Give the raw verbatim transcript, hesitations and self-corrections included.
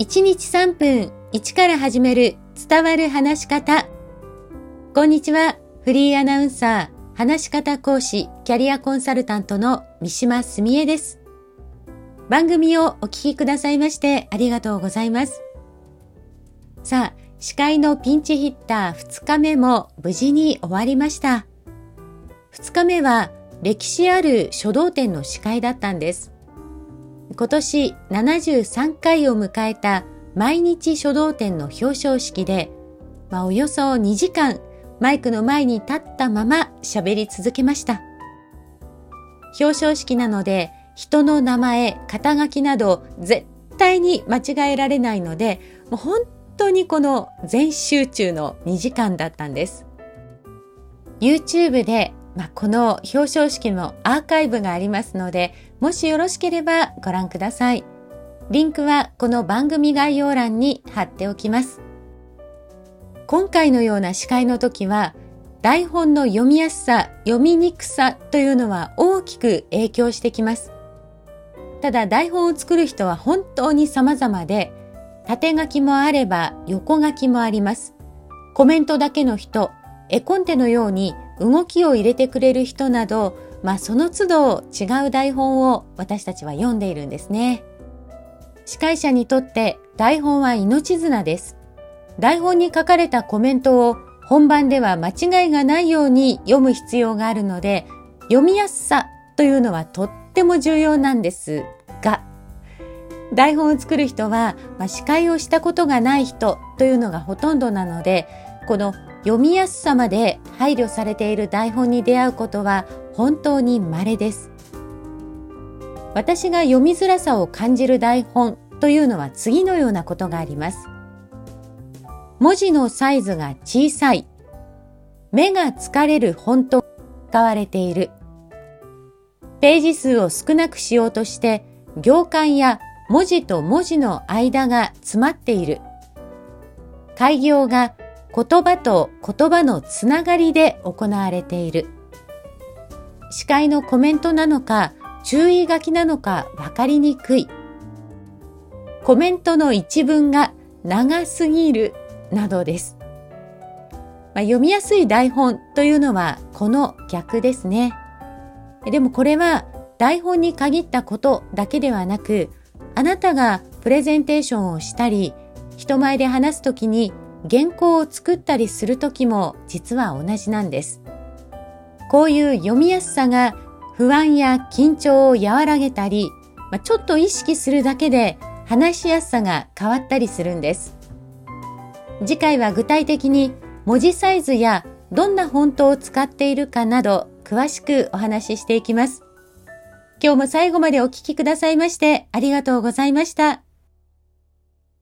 いちにちさんぷん、一から始める伝わる話し方。こんにちは。フリーアナウンサー、話し方講師、キャリアコンサルタントの三島澄江です。番組をお聞きくださいましてありがとうございます。さあ、司会のピンチヒッターふつかめも無事に終わりました。ふつかめは歴史ある書道展の司会だったんです。今年ななじゅうさんかいを迎えた毎日書道展の表彰式で、まあ、およそにじかんマイクの前に立ったまま喋り続けました。表彰式なので人の名前、肩書きなど絶対に間違えられないので、もう本当にこの全集中のにじかんだったんです。YouTube で、まあ、この表彰式のアーカイブがありますので、もしよろしければご覧ください。リンクはこの番組概要欄に貼っておきます。今回のような司会の時は、台本の読みやすさ、読みにくさというのは大きく影響してきます。ただ台本を作る人は本当に様々で、縦書きもあれば横書きもあります。コメントだけの人、絵コンテのように動きを入れてくれる人など、まあその都度違う台本を私たちは読んでいるんですね。司会者にとって台本は命綱です。台本に書かれたコメントを本番では間違いがないように読む必要があるので、読みやすさというのはとっても重要なんですが、台本を作る人は、まあ、司会をしたことがない人というのがほとんどなので、この読みやすさまで配慮されている台本に出会うことは本当に稀です。私が読みづらさを感じる台本というのは次のようなことがあります。文字のサイズが小さい。目が疲れるフォントが使われている。ページ数を少なくしようとして行間や文字と文字の間が詰まっている。改行が言葉と言葉のつながりで行われている。司会のコメントなのか注意書きなのかわかりにくい。コメントの一文が長すぎるなどです。まあ、読みやすい台本というのはこの逆ですね。でもこれは台本に限ったことだけではなく、あなたがプレゼンテーションをしたり、人前で話すときに原稿を作ったりするときも実は同じなんです。こういう読みやすさが不安や緊張を和らげたり、まあ、ちょっと意識するだけで話しやすさが変わったりするんです。次回は具体的に文字サイズやどんなフォントを使っているかなど詳しくお話ししていきます。今日も最後までお聞きくださいましてありがとうございました。